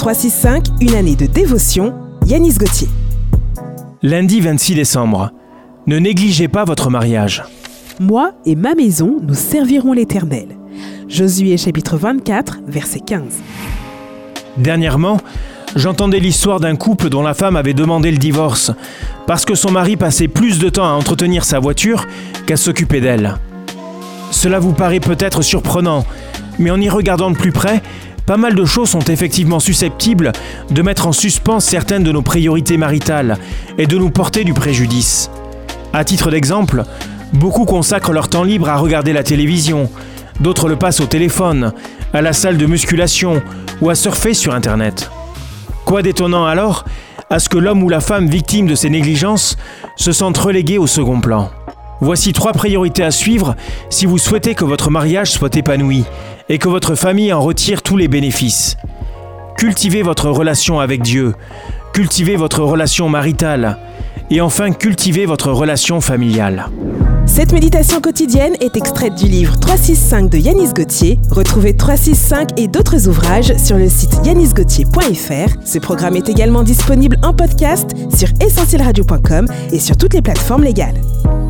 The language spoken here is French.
365, une année de dévotion, Yanis Gauthier. Lundi 26 décembre. Ne négligez pas votre mariage. Moi et ma maison, nous servirons l'Éternel. Josué chapitre 24, verset 15. Dernièrement, j'entendais l'histoire d'un couple dont la femme avait demandé le divorce parce que son mari passait plus de temps à entretenir sa voiture qu'à s'occuper d'elle. Cela vous paraît peut-être surprenant, mais en y regardant de plus près, pas mal de choses sont effectivement susceptibles de mettre en suspens certaines de nos priorités maritales et de nous porter du préjudice. À titre d'exemple, beaucoup consacrent leur temps libre à regarder la télévision, d'autres le passent au téléphone, à la salle de musculation ou à surfer sur Internet. Quoi d'étonnant alors à ce que l'homme ou la femme victime de ces négligences se sente relégué au second plan. Voici 3 priorités à suivre si vous souhaitez que votre mariage soit épanoui et que votre famille en retire tous les bénéfices. Cultivez votre relation avec Dieu, cultivez votre relation maritale et enfin cultivez votre relation familiale. Cette méditation quotidienne est extraite du livre 365 de Yanis Gauthier. Retrouvez 365 et d'autres ouvrages sur le site yanisgauthier.fr. Ce programme est également disponible en podcast sur essentielradio.com et sur toutes les plateformes légales.